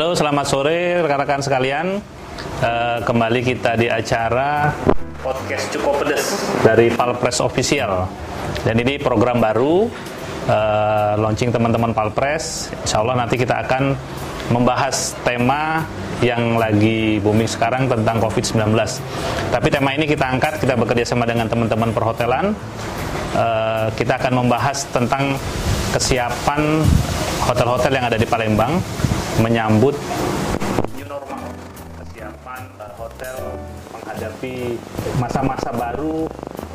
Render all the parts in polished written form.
Halo, selamat sore rekan-rekan sekalian. Kembali kita di acara podcast Cukup Pedes dari Palpres Official. Dan ini program baru launching teman-teman Palpres. Insya Allah nanti kita akan membahas tema yang lagi booming sekarang tentang COVID-19. Tapi tema ini kita angkat, kita bekerja sama dengan teman-teman perhotelan. Kita akan membahas tentang kesiapan hotel-hotel yang ada di Palembang menyambut new normal, kesiapan hotel menghadapi masa-masa baru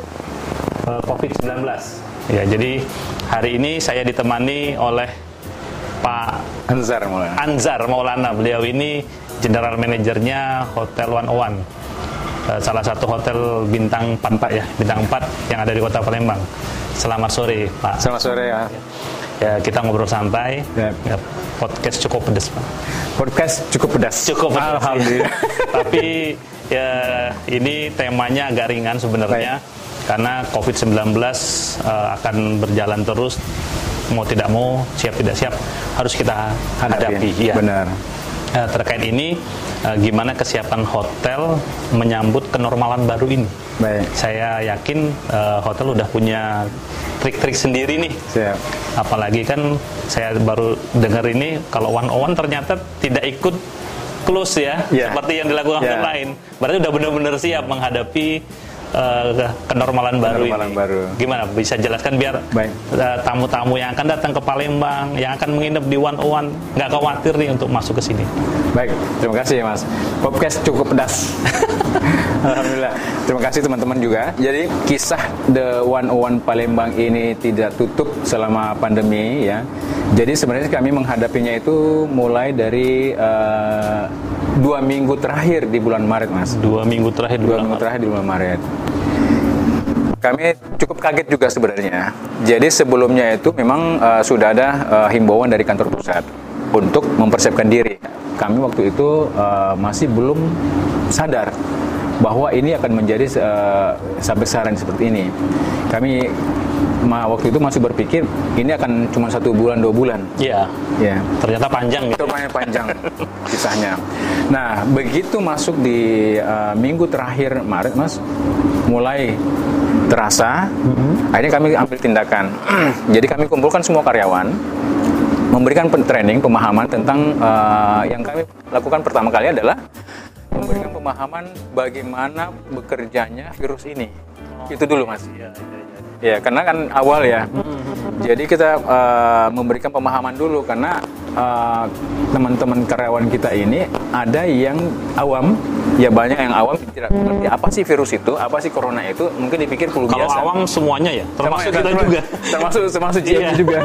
COVID-19. Ya, jadi hari ini saya ditemani oleh Pak Anzar Maulana. Beliau ini General Manajernya Hotel 101, salah satu hotel bintang 4 Pak ya, bintang 4 yang ada di Kota Palembang. Selamat sore Pak. Selamat sore ya. Ya, kita ngobrol santai. Ya, podcast Cukup Pedas Pak. Podcast Cukup Pedas. Cukup pedas. Alhamdulillah. Tapi ya ini temanya agak ringan sebenarnya. Baik. Karena COVID-19 akan berjalan terus, mau tidak mau, siap tidak siap, harus kita hadapi. Ya. Benar. Terkait ini, gimana kesiapan hotel menyambut kenormalan baru ini? Baik. Saya yakin hotel udah punya trik-trik sendiri nih. Siap. Apalagi kan saya baru dengar ini kalau 101 ternyata tidak ikut close ya, seperti yang dilakukan hotel lain. Berarti udah benar-benar siap menghadapi kenormalan baru ini. Gimana bisa jelaskan biar tamu-tamu yang akan datang ke Palembang, yang akan menginap di 101 nggak khawatir nih untuk masuk ke sini. Baik, terima kasih Mas. Podcast Cukup Pedas. Alhamdulillah. Terima kasih teman-teman juga. Jadi kisah The 101 Palembang ini tidak tutup selama pandemi ya. Jadi sebenarnya kami menghadapinya itu mulai dari 2 minggu terakhir di bulan Maret, Mas. 2 minggu terakhir di bulan Maret. Kami cukup kaget juga sebenarnya. Jadi sebelumnya itu memang sudah ada himbauan dari kantor pusat untuk mempersiapkan diri. Kami waktu itu masih belum sadar bahwa ini akan menjadi sampai sekarang seperti ini. Kami waktu itu masih berpikir ini akan cuma 1 bulan 2 bulan. Iya. Ya. Ternyata panjang. Gitu. Ternyata panjang kisahnya. Nah, begitu masuk di minggu terakhir Maret, Mas, mulai terasa. Akhirnya kami ambil tindakan. Jadi kami kumpulkan semua karyawan, memberikan training, pemahaman tentang yang kami lakukan pertama kali adalah memberikan pemahaman bagaimana bekerjanya virus ini. Itu dulu, Mas. Ya, karena kan awal ya. Jadi kita memberikan pemahaman dulu karena teman-teman karyawan kita ini ada yang awam, ya banyak yang awam tidak mengerti apa sih virus itu, apa sih corona itu, mungkin dipikir flu biasa. Kalau awam semuanya ya, termasuk kita juga. Termasuk Cium juga.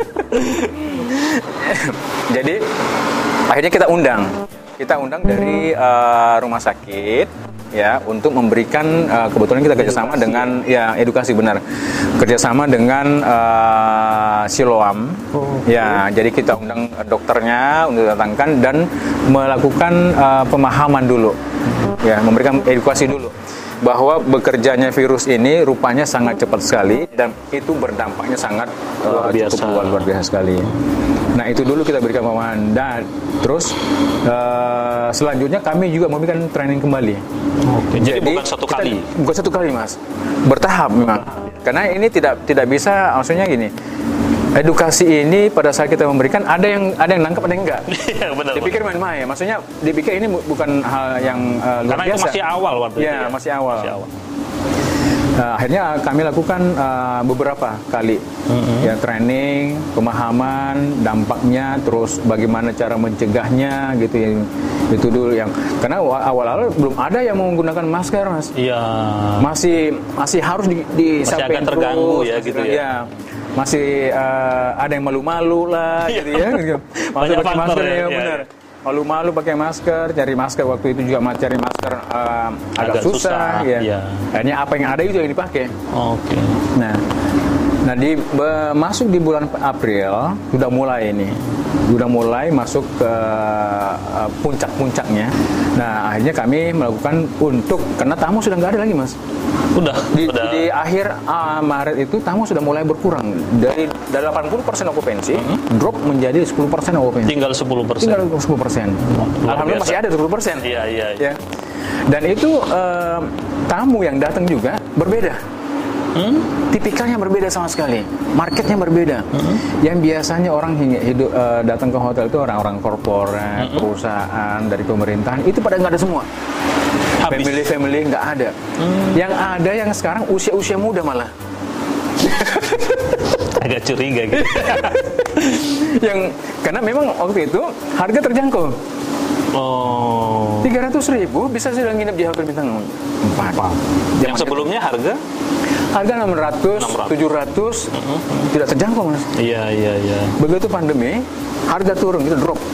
Jadi akhirnya kita undang dari rumah sakit ya untuk memberikan kebetulan kita kerjasama dengan edukasi benar, kerjasama dengan Siloam ya, jadi kita undang dokternya untuk datangkan dan melakukan pemahaman dulu ya, memberikan edukasi dulu bahwa bekerjanya virus ini rupanya sangat cepat sekali dan itu berdampaknya sangat luar biasa sekali. Nah, itu dulu kita berikan pemahaman dan terus selanjutnya kami juga memberikan training kembali. Oke, jadi bukan satu kali, Mas. Bertahap memang. Karena ini tidak bisa, maksudnya gini. Edukasi ini pada saat kita memberikan ada yang nangkep, ada yang enggak. Iya, benar. Dipikir main-main. Maksudnya dipikir ini bukan hal yang luar karena biasa. Itu masih awal waktu itu. Ya, masih awal. Akhirnya kami lakukan beberapa kali ya, training, pemahaman, dampaknya, terus bagaimana cara mencegahnya gitu ya. Itu dulu yang karena awal-awal belum ada yang menggunakan masker, Mas. Iya. Masih harus agak disampaikan terganggu terus, ya gitu ya. Masih ada yang malu-malu lah gitu ya. Masih pakai masker ya, benar. Malu-malu pakai masker, cari masker waktu itu juga cari masker agak susah ya. Akhirnya apa yang ada itu yang dipakai. Oke. Nah, masuk di bulan April sudah mulai masuk ke puncak-puncaknya. Nah, akhirnya kami melakukan karena tamu sudah nggak ada lagi, Mas. Di akhir Maret itu tamu sudah mulai berkurang dari 80% okupansi drop menjadi 10% okupansi. Tinggal 10%. Alhamdulillah masih ada 10%. Iya. Ya. Dan itu tamu yang datang juga berbeda. Tipikalnya berbeda sama sekali, marketnya berbeda. Yang biasanya orang datang ke hotel itu orang-orang korporat, perusahaan dari pemerintahan, itu pada nggak ada semua. Family nggak ada. Yang ada yang sekarang usia muda malah. Agak curiga gitu. Karena memang waktu itu harga terjangkau. 300.000 bisa sudah nginep di hotel bintang 4. Yang sebelumnya harga 600, 700 tidak terjangkau, Mas. Iya. Begitu pandemi, harga turun, itu drop.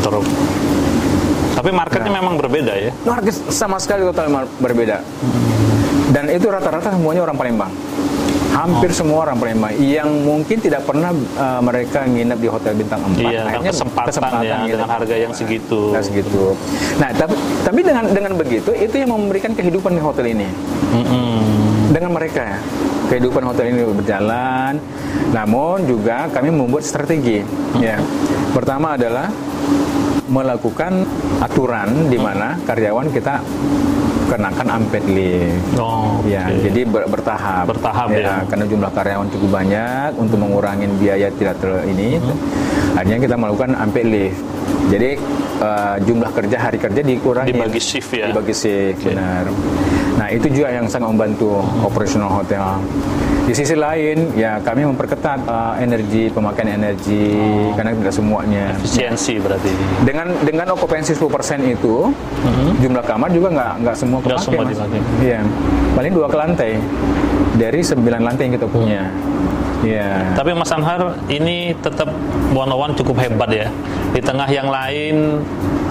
Tapi marketnya memang berbeda ya? Market sama sekali total berbeda. Dan itu rata-rata semuanya orang Palembang. Hampir semua orang Palembang yang mungkin tidak pernah mereka nginep di hotel bintang 4. Iya, kesempatan ya, dengan harga yang segitu. Nah, tapi dengan begitu itu yang memberikan kehidupan di hotel ini. Dengan mereka ya, kehidupan hotel ini berjalan. Namun juga kami membuat strategi. Ya, pertama adalah melakukan aturan di mana karyawan kita kenakan unpaid leave. Jadi bertahap ya. Karena jumlah karyawan cukup banyak, untuk mengurangi biaya akhirnya kita melakukan unpaid leave. Jadi jumlah hari kerja dikurangi, dibagi shift ya. Benar. Nah, itu juga yang sangat membantu operasional hotel. Di sisi lain, ya kami memperketat pemakaian energi, karena tidak semuanya. Efisiensi berarti. Dengan okupansi 10% itu, jumlah kamar juga nggak semua kepakai, Mas. Iya, paling 2 ke lantai dari 9 lantai yang kita punya. Yeah. Tapi Mas Anhar, ini tetap One cukup hebat ya. Di tengah yang lain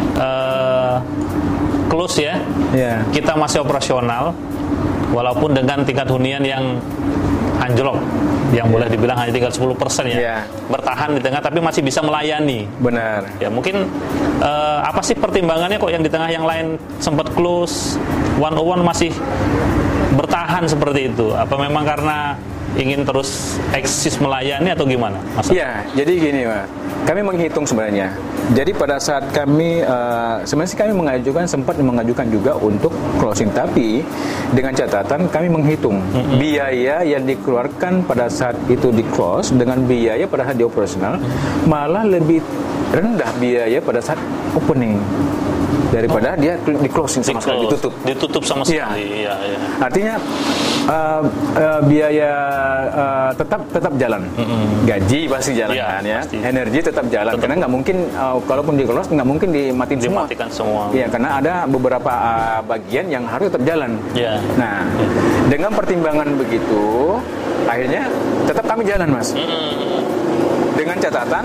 close ya. Yeah. Kita masih operasional, walaupun dengan tingkat hunian yang anjlok, yang boleh dibilang hanya tinggal 10% ya. Yeah. Bertahan di tengah, tapi masih bisa melayani. Benar. Ya mungkin apa sih pertimbangannya kok yang di tengah yang lain sempat close, One masih bertahan seperti itu? Apa memang karena ingin terus eksis melayani atau gimana? Iya, jadi gini, Pak. Kami menghitung sebenarnya. Jadi pada saat kami sebenarnya kami sempat mengajukan juga untuk closing, tapi dengan catatan kami menghitung biaya yang dikeluarkan pada saat itu di close dengan biaya pada saat di operasional malah lebih rendah biaya pada saat opening daripada dia di closing sama sekali, ditutup sama sekali. Iya. Artinya biaya tetap jalan, gaji pasti jalan kan ya, pasti. Energi tetap jalan, karena nggak mungkin kalaupun di close nggak mungkin dimatikan semua. Iya, karena ada beberapa bagian yang harus tetap jalan. Nah, dengan pertimbangan begitu, akhirnya tetap kami jalan, Mas. Dengan catatan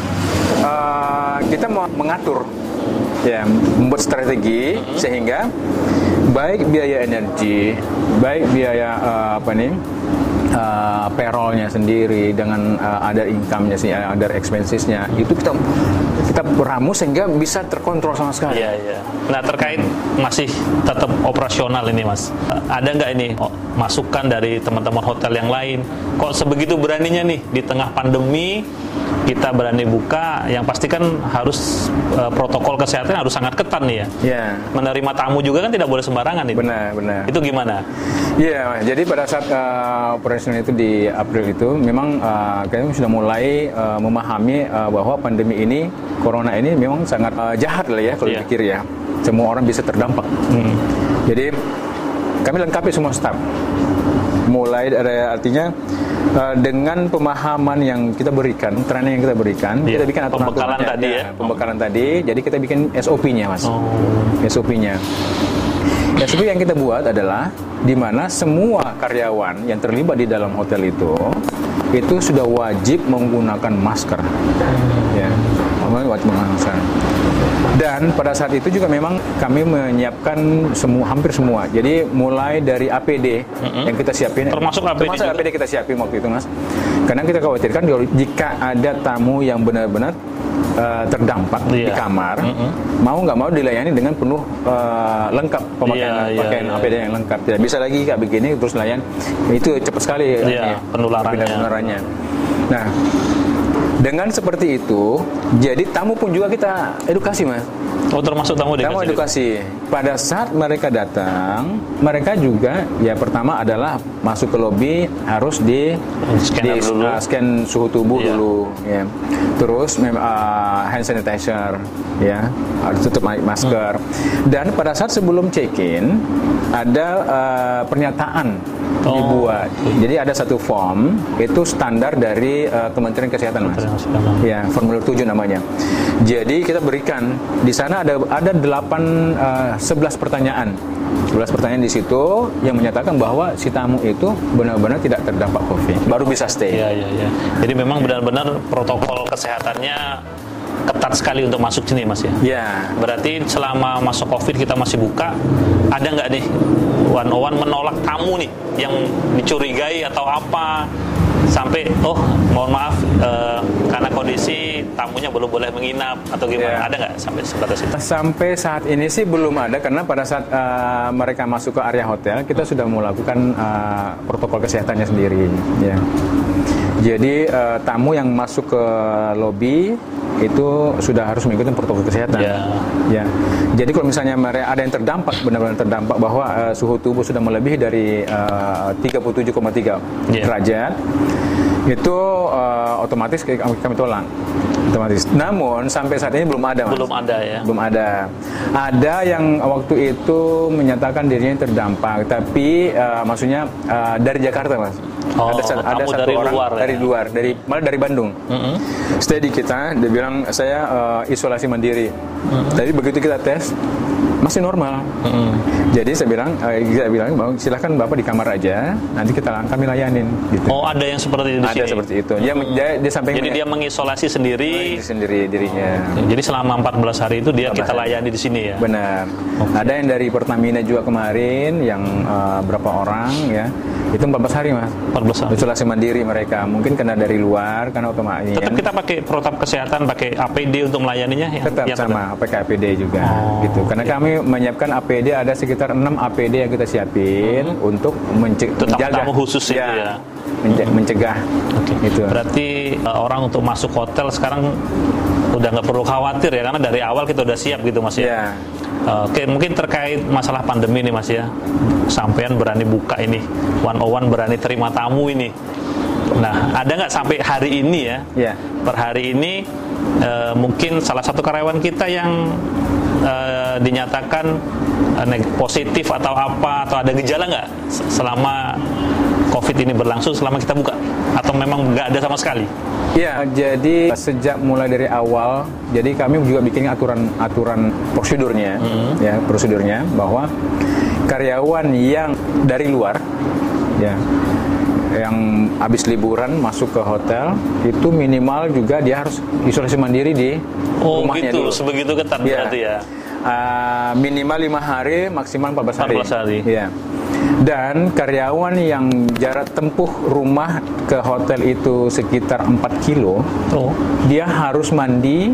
kita mau mengatur. Ya, membuat strategi sehingga baik biaya energi, baik biaya payrollnya sendiri dengan other income-nya sih, other expenses-nya itu kita ramus sehingga bisa terkontrol sama sekali. Iya. Nah, terkait masih tetap operasional ini, Mas. Ada nggak ini masukan dari teman-teman hotel yang lain? Kok sebegitu beraninya nih di tengah pandemi kita berani buka, yang pasti kan harus protokol kesehatan harus sangat ketat nih ya. Yeah. Menerima tamu juga kan tidak boleh sembarangan itu. Benar. Itu gimana? Iya, jadi pada saat operasional itu di April itu memang kami sudah mulai memahami bahwa pandemi ini, corona ini memang sangat jahat lah ya kalau dipikir ya. Semua orang bisa terdampak. Jadi kami lengkapi semua staf. Mulai dari artinya dengan pemahaman yang kita berikan, training yang kita berikan, kita bikin pembekalan tadi ya. Pembekalan tadi, jadi kita bikin SOP-nya, Mas. SOP-nya. SOP yang kita buat adalah di mana semua karyawan yang terlibat di dalam hotel itu sudah wajib menggunakan masker. Ya, wajib menggunakan masker. Dan pada saat itu juga memang kami menyiapkan hampir semua. Jadi mulai dari APD yang kita siapin, termasuk APD kita siapin waktu itu, Mas. Karena kita khawatirkan jika ada tamu yang benar-benar terdampak di kamar, mau nggak mau dilayani dengan penuh lengkap pakaian APD yang lengkap. Tidak bisa lagi kayak begini terus layan, itu cepat sekali penularannya. Nah, dengan seperti itu, jadi tamu pun juga kita edukasi, Mas. Oh, termasuk tamu edukasi. Pada saat mereka datang, mereka juga ya pertama adalah masuk ke lobi harus di scan suhu tubuh dulu, ya. Terus hand sanitizer, ya, harus tutup masker. Dan pada saat sebelum check-in ada pernyataan dibuat. Jadi ada satu form itu standar dari Kementerian Kesehatan, Mas. Ya, formulir 7 namanya. Jadi kita berikan di sana ada 11 pertanyaan. 11 pertanyaan di situ yang menyatakan bahwa si tamu itu benar-benar tidak terdampak COVID, baru bisa stay. Iya. Jadi memang benar-benar protokol kesehatannya ketat sekali untuk masuk sini, Mas, ya? Iya. Berarti selama masuk COVID kita masih buka, ada nggak nih 101 menolak tamu nih yang dicurigai atau apa? Sampai, mohon maaf, karena kondisi tamunya belum boleh menginap atau gimana, ada nggak sampai sebatas itu? Sampai saat ini sih belum ada, karena pada saat mereka masuk ke area hotel, kita sudah melakukan protokol kesehatannya sendiri. Ya. Jadi tamu yang masuk ke lobi itu sudah harus mengikuti protokol kesehatan. Ya. Jadi kalau misalnya mereka ada yang terdampak, benar-benar terdampak bahwa suhu tubuh sudah melebihi dari 37,3 derajat, itu otomatis kami tolak. Otomatis. Namun sampai saat ini belum ada, Mas. Belum ada, ya. Belum ada. Ada yang waktu itu menyatakan dirinya terdampak, tapi maksudnya dari Jakarta, Mas. Ada satu dari orang luar, dari luar, malah dari Bandung. Stay di kita, dia bilang saya isolasi mandiri. Tapi begitu kita tes masih normal. Jadi saya bilang bahwa silakan Bapak di kamar aja, nanti kami layanin. Gitu. Oh, ada yang seperti itu di sini? Ada seperti itu. Dia sampaikan. Jadi dia mengisolasi sendiri dirinya. Jadi selama 14 hari itu kita layani di sini, ya? Benar. Okay. Ada yang dari Pertamina juga kemarin, yang berapa orang, ya. Itu 14 hari, Mas. 14 hari. Isolasi mandiri mereka. Mungkin karena dari luar, karena otomatis. Tetap kita pakai protokol kesehatan, pakai APD untuk melayaninya? Tetap sama, pakai APD juga. Gitu. Karena kami menyiapkan APD, ada sekitar 6 APD yang kita siapin untuk menjaga. Tamu khusus itu, ya? Mencegah. Gitu. Berarti orang untuk masuk hotel sekarang udah nggak perlu khawatir, ya? Karena dari awal kita udah siap gitu, Mas, ya? Oke, mungkin terkait masalah pandemi nih, Mas, ya. Sampean berani buka ini, 101 berani terima tamu ini. Nah, ada nggak sampai hari ini, ya? Per hari ini mungkin salah satu karyawan kita yang dinyatakan positif atau apa, atau ada gejala nggak selama COVID ini berlangsung, selama kita buka, atau memang nggak ada sama sekali? Ya, jadi sejak mulai dari awal, jadi kami juga bikin aturan prosedurnya, ya, prosedurnya bahwa karyawan yang dari luar, ya, yang habis liburan masuk ke hotel itu minimal juga dia harus isolasi mandiri di rumahnya gitu, dulu. Sebegitu ketat berarti, ya? Minimal 5 hari, maksimal 14 hari. 14 hari. Ya. Dan karyawan yang jarak tempuh rumah ke hotel itu sekitar 4 kilo, dia harus mandi,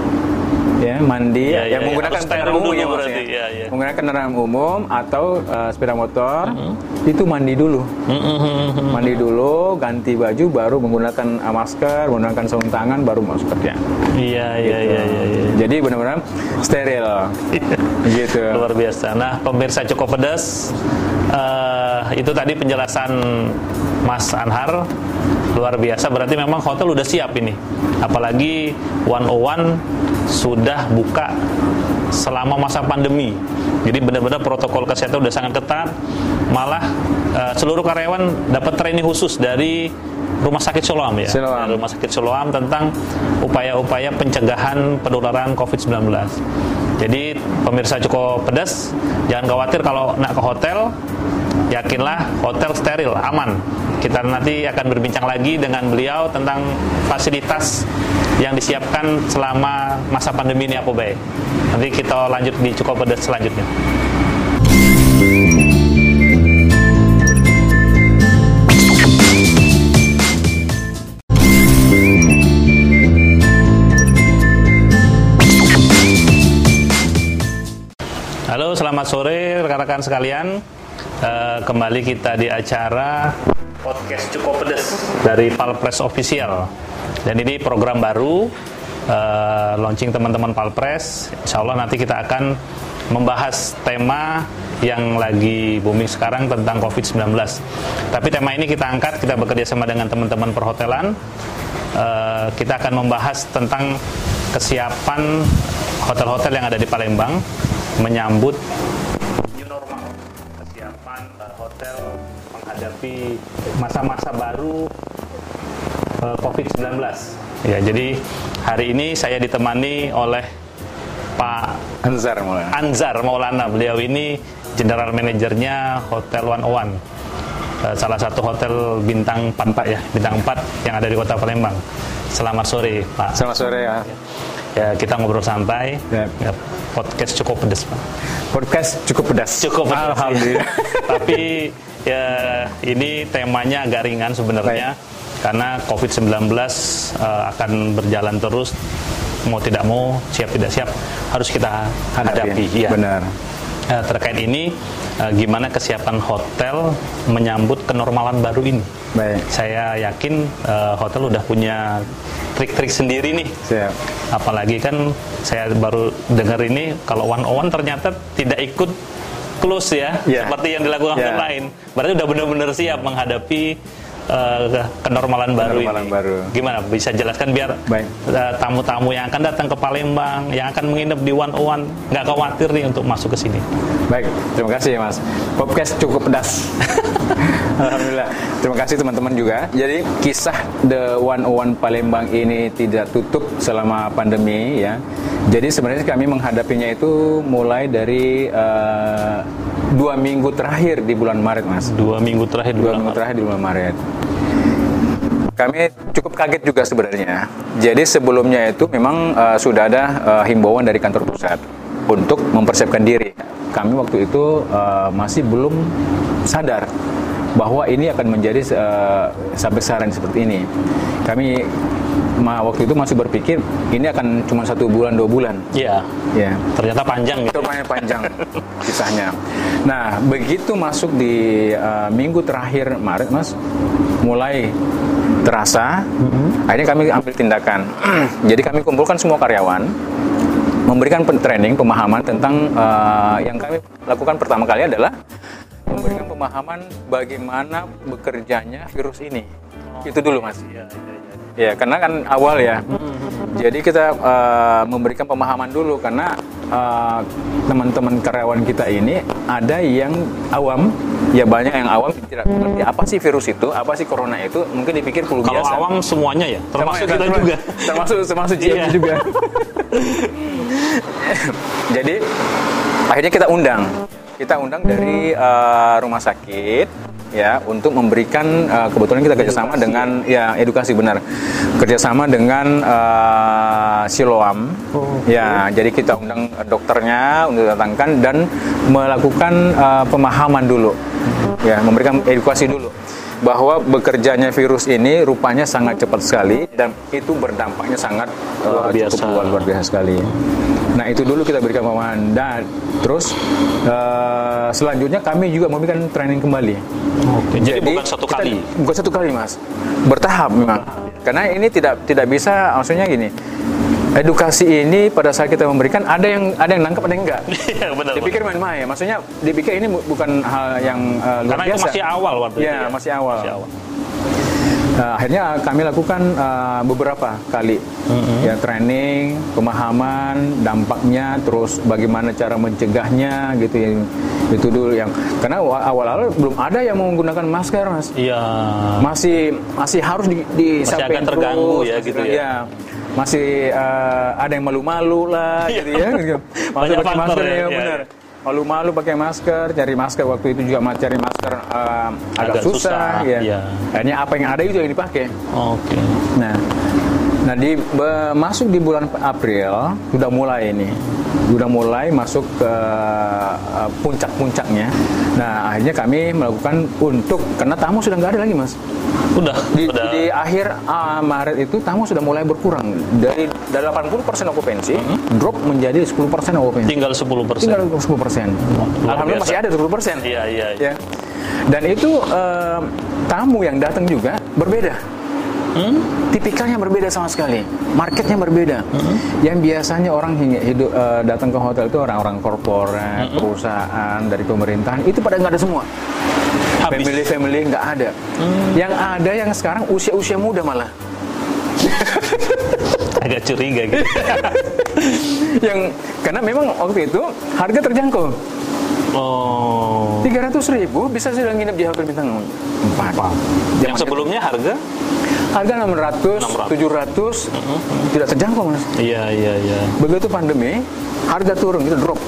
menggunakan kendaraan umum, menggunakan kendaraan umum atau sepeda motor, itu mandi dulu, mandi dulu, ganti baju, baru menggunakan masker, menggunakan sarung tangan, baru masuk kerja. Iya. Jadi benar-benar steril, gitu. Luar biasa. Nah, pemirsa Cukup Pedas, itu tadi penjelasan Mas Anhar, luar biasa. Berarti memang hotel udah siap ini, apalagi 101 sudah buka selama masa pandemi. Jadi benar-benar protokol kesehatan udah sangat ketat. Malah seluruh karyawan dapat training khusus dari Rumah Sakit Siloam, ya. Dari Rumah Sakit Siloam tentang upaya-upaya pencegahan penularan COVID-19. Jadi pemirsa Cukup Pedas, jangan khawatir kalau nak ke hotel, yakinlah hotel steril, aman. Kita nanti akan berbincang lagi dengan beliau tentang fasilitas yang disiapkan selama masa pandemi ini apa baik. Nanti kita lanjut di Cukup Pedas selanjutnya. sore rekan-rekan sekalian, kembali kita di acara podcast Cukup Pedes dari Palpres Official. Dan ini program baru, launching teman-teman Palpres. Insya Allah nanti kita akan membahas tema yang lagi booming sekarang tentang COVID-19. Tapi tema ini kita angkat, kita bekerja sama dengan teman-teman perhotelan. Kita akan membahas tentang kesiapan hotel-hotel yang ada di Palembang menyambut new normal, kesiapan hotel menghadapi masa-masa baru COVID-19. Ya, jadi hari ini saya ditemani oleh Pak Anzar Maulana. Beliau ini General Manajernya Hotel 101, salah satu hotel bintang 4 ya, bintang 4 yang ada di Kota Palembang. Selamat sore, Pak. Selamat sore ya. Ya, kita ngobrol santai. Ya, podcast Cukup Pedes, Pak. Podcast Cukup Pedas. Cukup pedas. Alhamdulillah. Tapi ya ini temanya agak ringan sebenarnya. Karena COVID-19 akan berjalan terus, mau tidak mau, siap tidak siap, harus kita hadapi. Ya. Benar. Terkait ini, gimana kesiapan hotel menyambut kenormalan baru ini? Baik. Saya yakin hotel udah punya trik-trik sendiri nih. Siap. Apalagi kan saya baru dengar ini, kalau 101 ternyata tidak ikut close ya, seperti yang dilakukan hotel lain. Berarti udah benar-benar siap menghadapi kenormalan baru ini. Gimana? Bisa jelaskan biar tamu-tamu yang akan datang ke Palembang, yang akan menginap di 101 nggak khawatir nih untuk masuk ke sini. Baik, terima kasih Mas. Podcast Cukup Pedas. Alhamdulillah. Terima kasih teman-teman juga. Jadi kisah The 101 Palembang ini tidak tutup selama pandemi ya. Jadi sebenarnya kami menghadapinya itu mulai dari 2 minggu terakhir di bulan Maret, Mas. 2 minggu terakhir di bulan Maret. Kami cukup kaget juga sebenarnya. Jadi sebelumnya itu memang sudah ada himbauan dari kantor pusat untuk mempersiapkan diri. Kami waktu itu masih belum sadar bahwa ini akan menjadi sampai sekarang seperti ini. Kami waktu itu masih berpikir ini akan cuma 1 bulan 2 bulan. Iya. Ya. Ternyata panjang. Gitu. Panjang kisahnya. Nah, begitu masuk di minggu terakhir Maret, Mas, mulai terasa. Akhirnya kami ambil tindakan. Jadi kami kumpulkan semua karyawan, memberikan training, pemahaman tentang yang kami lakukan pertama kali adalah memberikan pemahaman bagaimana bekerjanya virus ini. Itu dulu, Mas. Ya, karena kan awal ya. Jadi kita memberikan pemahaman dulu karena teman-teman karyawan kita ini ada yang awam, ya banyak yang awam tidak mengerti apa sih virus itu, apa sih corona itu, mungkin dipikir flu biasa. Kalau awam semuanya ya, termasuk kita juga. Termasuk GM juga. Jadi akhirnya kita undang dari rumah sakit ya untuk memberikan kebetulan kita kerjasama dengan edukasi benar, kerjasama dengan Siloam ya, jadi kita undang dokternya untuk datangkan dan melakukan pemahaman dulu ya, memberikan edukasi dulu bahwa bekerjanya virus ini rupanya sangat cepat sekali dan itu berdampaknya sangat luar biasa sekali. Nah, itu dulu kita berikan pemahaman dan terus selanjutnya kami juga memberikan training kembali. Oke, jadi bukan satu kali, Mas. Bertahap memang. Karena ini tidak bisa, maksudnya gini. Edukasi ini pada saat kita memberikan ada yang nangkap, ada yang enggak. Iya, benar. Dipikir main-main. Maksudnya dipikir ini bukan hal yang luar karena biasa. Itu masih awal waktu itu. Ya, masih awal. Akhirnya kami lakukan beberapa kali ya, training, pemahaman, dampaknya, terus bagaimana cara mencegahnya gitu ya. Itu dulu yang karena awal-awal belum ada yang menggunakan masker, Mas. Iya. Masih harus disampaikan agak terganggu ya gitu ya. Ya. Masih ada yang malu-malu lah gitu ya. Masih pakai masker ya, benar. Malu-malu pakai masker, cari masker waktu itu juga cari masker agak susah ya. Akhirnya apa yang ada itu yang dipakai. Oke. Nah, masuk di bulan April sudah mulai masuk ke puncak-puncaknya. Nah, akhirnya kami melakukan karena tamu sudah nggak ada lagi, Mas. Di akhir Maret itu tamu sudah mulai berkurang dari 80% okupansi drop menjadi 10% okupansi. Tinggal 10%. Alhamdulillah masih ada 10%. Iya. Ya. Dan itu tamu yang datang juga berbeda. Tipikalnya berbeda sama sekali, marketnya berbeda. Yang biasanya orang datang ke hotel itu orang-orang korporat, perusahaan dari pemerintahan, itu pada nggak ada semua. Family nggak ada. Yang ada yang sekarang usia muda malah. Agak curiga gitu. Karena memang waktu itu harga terjangkau. 300.000 bisa sudah nginep di hotel bintang 4. Yang sebelumnya harga 600, 700 tidak terjangkau, Mas. Iya. Begitu pandemi, harga turun, gitu drop.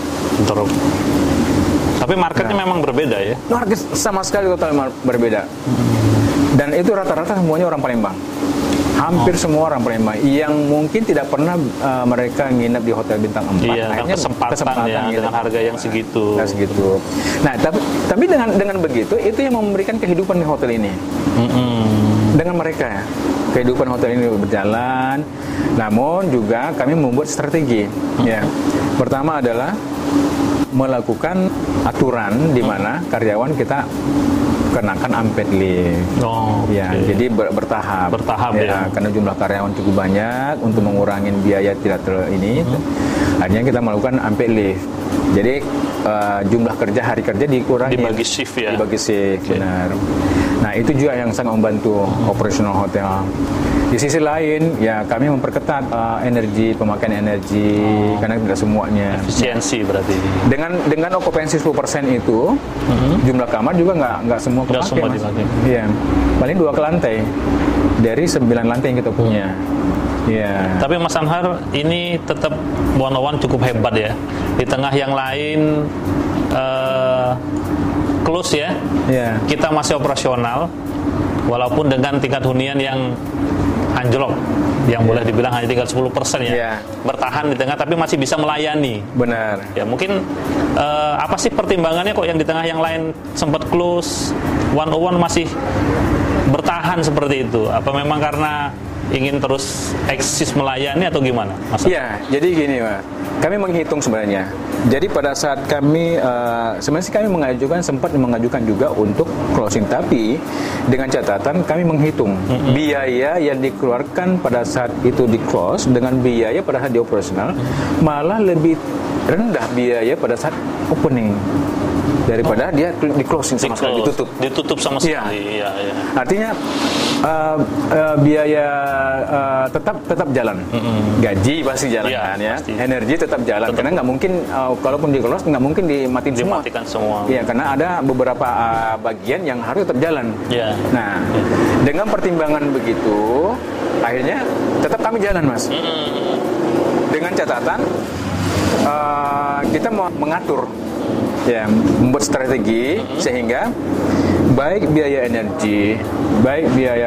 Tapi marketnya memang berbeda ya? Market sama sekali total berbeda. Dan itu rata-rata semuanya orang Palembang. Hampir semua orang Palembang yang mungkin tidak pernah mereka nginep di hotel bintang 4. Iya, kesempatan ya dengan harga yang segitu. Nah, tapi dengan begitu itu yang memberikan kehidupan di hotel ini. Dengan mereka kehidupan hotel ini berjalan. Namun juga kami membuat strategi. Ya, pertama adalah melakukan aturan di mana karyawan kita kenakan unpaid leave. Jadi bertahap ya. Karena jumlah karyawan cukup banyak, untuk mengurangi biaya tidak akhirnya kita melakukan unpaid leave. Jadi jumlah hari kerja dikurangi, dibagi shift ya. Benar. Nah, itu juga yang sangat membantu operasional hotel. Di sisi lain, ya kami memperketat pemakaian energi, karena tidak semuanya. Efisiensi berarti. Dengan okupansi 10% itu, jumlah kamar juga nggak semua kepakai, Mas. Iya, paling 2 ke lantai dari 9 lantai yang kita punya. Iya. Tapi Mas Anhar, ini tetap One cukup hebat ya. Di tengah yang lain close ya. Kita masih operasional, walaupun dengan tingkat hunian yang anjlok, yang boleh dibilang hanya tinggal 10% ya. Bertahan di tengah tapi masih bisa melayani. Benar. Ya mungkin apa sih pertimbangannya kok yang di tengah yang lain sempat close, One masih bertahan seperti itu? Apa memang karena ingin terus eksis melayani atau gimana? Iya, jadi gini, Mas. Kami menghitung sebenarnya. Jadi pada saat kami sebenarnya kami sempat mengajukan juga untuk closing, tapi dengan catatan kami menghitung biaya yang dikeluarkan pada saat itu di close dengan biaya pada saat di operasional malah lebih rendah biaya pada saat opening daripada dia di closing sama sekali, ditutup sama sekali. Iya. Artinya biaya tetap jalan, gaji pasti jalan kan ya, pasti. Energi tetap jalan, karena nggak mungkin kalaupun di close nggak mungkin dimatikan semua. Iya, karena ada beberapa bagian yang harus tetap jalan. Nah, dengan pertimbangan begitu, akhirnya tetap kami jalan, Mas. Dengan catatan kita mau mengatur, membuat strategi sehingga baik biaya energi, baik biaya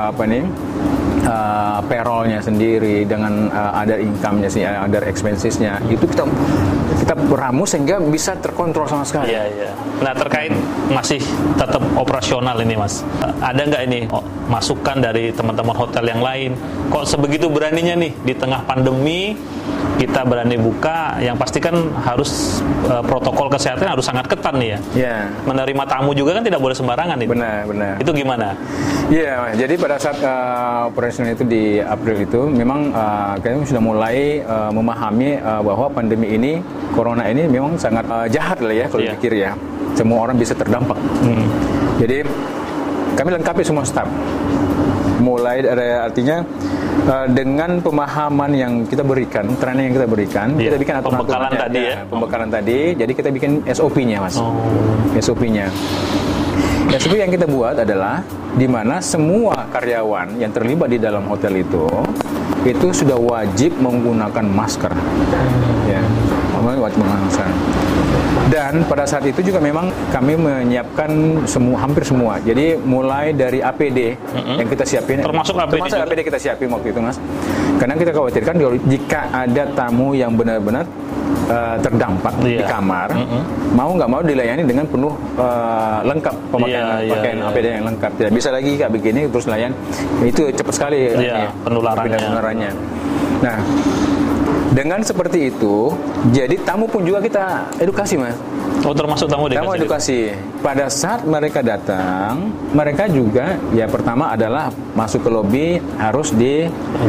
payroll-nya sendiri dengan other income-nya sih, other expenses-nya itu kita ramus sehingga bisa terkontrol sama sekali. Nah, terkait masih tetap operasional ini, Mas, ada nggak ini masukan dari teman-teman hotel yang lain? Kok sebegitu beraninya nih di tengah pandemi kita berani buka, yang pasti kan harus protokol kesehatan harus sangat ketat nih ya. Menerima tamu juga kan tidak boleh sembarangan itu. Benar. Itu gimana? Jadi pada saat operasional itu di April itu memang kami sudah mulai memahami bahwa pandemi ini, corona ini memang sangat jahat lah ya kalau dipikir ya. Semua orang bisa terdampak. Jadi kami lengkapi semua staf. Mulai dari artinya dengan pemahaman yang kita berikan, training yang kita berikan, kita bikin pembekalan tadi pembekalan tadi. Jadi kita bikin SOP-nya, Mas. SOP-nya. SOP yang kita buat adalah di mana semua karyawan yang terlibat di dalam hotel itu sudah wajib menggunakan masker. Wajib menggunakan masker. Dan pada saat itu juga memang kami menyiapkan hampir semua. Jadi mulai dari APD yang kita siapin, termasuk APD kita siapin waktu itu, Mas. Karena kita khawatirkan jika ada tamu yang benar-benar terdampak di kamar, mau nggak mau dilayani dengan penuh lengkap pakaian APD yang lengkap. Tidak bisa lagi kayak begini terus layan, itu cepat sekali penularannya. Nah, dengan seperti itu, jadi tamu pun juga kita edukasi, Mas. Oh, termasuk tamu edukasi. Pada saat mereka datang, mereka juga ya pertama adalah masuk ke lobi harus di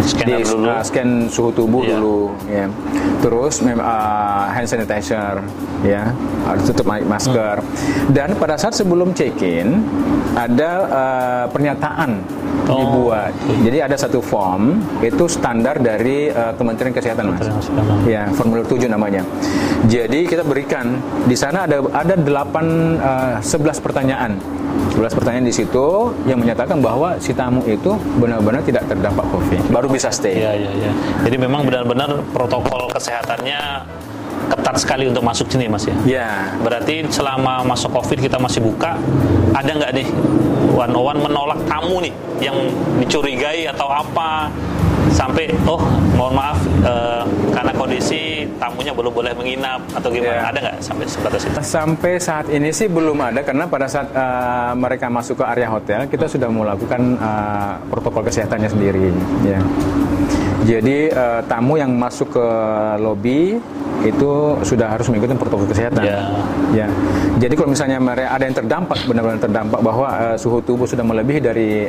scan suhu tubuh dulu, ya. Terus hand sanitizer, ya, harus tutup masker. Dan pada saat sebelum check-in ada pernyataan dibuat. Jadi ada satu form itu standar dari Kementerian Kesehatan, Mas. Ya, formulir 7 namanya. Jadi kita berikan di sana ada 11 pertanyaan. 11 pertanyaan di situ yang menyatakan bahwa si tamu itu benar-benar tidak terdampak COVID, baru bisa stay. Iya. Jadi memang benar-benar protokol kesehatannya ketat sekali untuk masuk sini, Mas, ya? Iya. Berarti selama masa COVID kita masih buka, ada nggak nih 101 menolak tamu nih yang dicurigai atau apa? Sampai, mohon maaf, karena kondisi tamunya belum boleh menginap atau gimana, ada nggak sampai sebatas itu? Sampai saat ini sih belum ada, karena pada saat mereka masuk ke area hotel, kita sudah melakukan protokol kesehatannya sendiri. Ya. Jadi tamu yang masuk ke lobi itu sudah harus mengikuti protokol kesehatan. Ya. Jadi kalau misalnya ada yang terdampak, benar-benar terdampak bahwa suhu tubuh sudah melebihi dari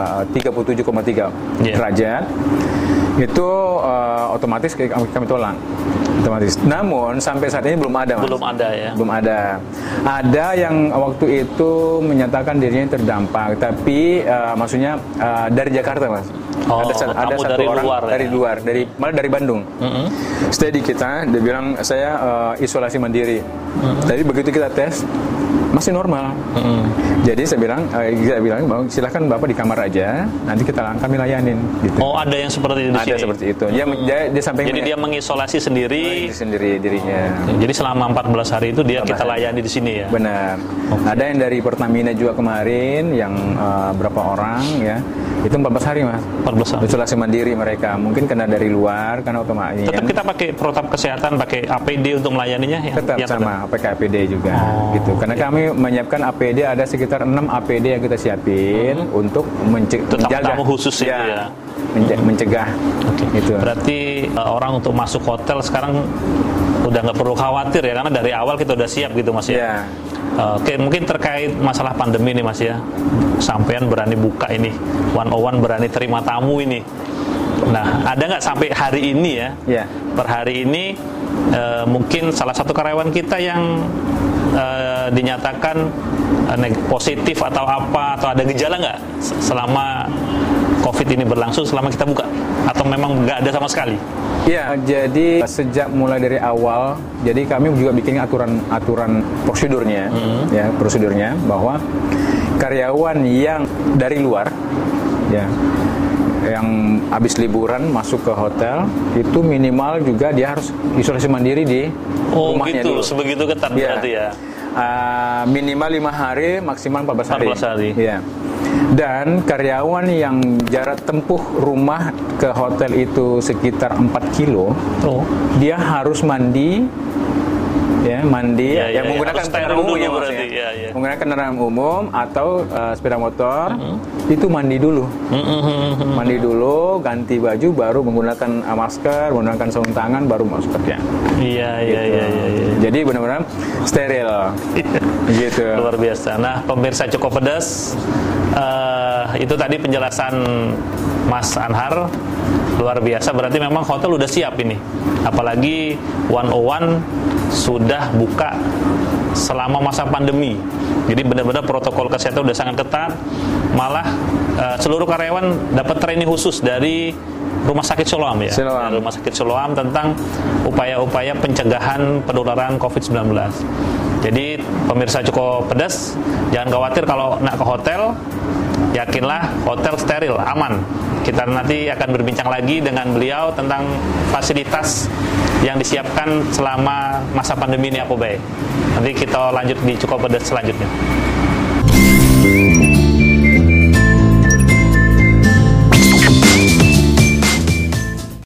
37,3 derajat, itu otomatis kami tolak. Otomatis. Namun sampai saat ini belum ada, Mas. Belum ada, ya. Belum ada. Ada yang waktu itu menyatakan dirinya terdampak, tapi maksudnya dari Jakarta, Mas. Ada satu dari orang luar, dari luar, malah dari Bandung. Stay di kita, dia bilang saya isolasi mandiri. Tapi begitu kita tes masih normal. Jadi saya bilang bahwa silahkan Bapak di kamar aja, nanti kami layanin. Gitu. Oh, ada yang seperti itu di sini? Ada seperti itu. Dia sampai jadi dia mengisolasi sendiri dirinya. Jadi selama 14 hari itu kita layani di sini, ya? Benar. Ada yang dari Pertamina juga kemarin, yang berapa orang, ya. Itu 14 hari, Mas. 14 hari. Isolasi mandiri mereka. Mungkin karena dari luar, karena otomatis. Tetap kita pakai protap kesehatan, pakai APD untuk melayaninya? Tetap sama, pakai APD juga. Gitu. Karena kami menyiapkan APD, ada sekitar 6 APD yang kita siapin untuk menjaga. Tamu khusus itu, ya? Mencegah. Gitu. Berarti orang untuk masuk hotel sekarang udah nggak perlu khawatir, ya? Karena dari awal kita udah siap gitu, Mas, ya? Oke, mungkin terkait masalah pandemi nih, Mas, ya. Sampean berani buka ini, 101 berani terima tamu ini. Nah, ada nggak sampai hari ini, ya? Per hari ini mungkin salah satu karyawan kita yang dinyatakan positif atau apa, atau ada gejala nggak selama COVID ini berlangsung, selama kita buka, atau memang nggak ada sama sekali? Ya, jadi sejak mulai dari awal, jadi kami juga bikin aturan prosedurnya, ya, prosedurnya bahwa karyawan yang dari luar, ya, yang habis liburan masuk ke hotel itu minimal juga dia harus isolasi mandiri di rumahnya dulu. Sebegitu ketat, berarti, ya? Minimal 5 hari, maksimal 14 hari. 14 hari. Ya. Dan karyawan yang jarak tempuh rumah ke hotel itu sekitar 4 kilo, dia harus mandi, menggunakan kendaraan umum, ya, berarti, menggunakan kendaraan umum atau sepeda motor, itu mandi dulu. Mandi dulu, ganti baju, baru menggunakan masker, menggunakan sarung tangan, baru masuk kerja. Iya. Jadi benar-benar steril. Gitu. Luar biasa. Nah, pemirsa Cukup Pedas, itu tadi penjelasan Mas Anhar, luar biasa. Berarti memang hotel udah siap ini. Apalagi 101 sudah buka selama masa pandemi. Jadi benar-benar protokol kesehatan udah sangat ketat. Malah seluruh karyawan dapat training khusus dari Rumah Sakit Siloam, ya? Dari Rumah Sakit Siloam tentang upaya-upaya pencegahan penularan COVID-19. Jadi pemirsa Cukup Pedas, jangan khawatir kalau nak ke hotel, yakinlah hotel steril, aman. Kita nanti akan berbincang lagi dengan beliau tentang fasilitas yang disiapkan selama masa pandemi ini apa baik. Nanti kita lanjut di Cukup Pedas selanjutnya.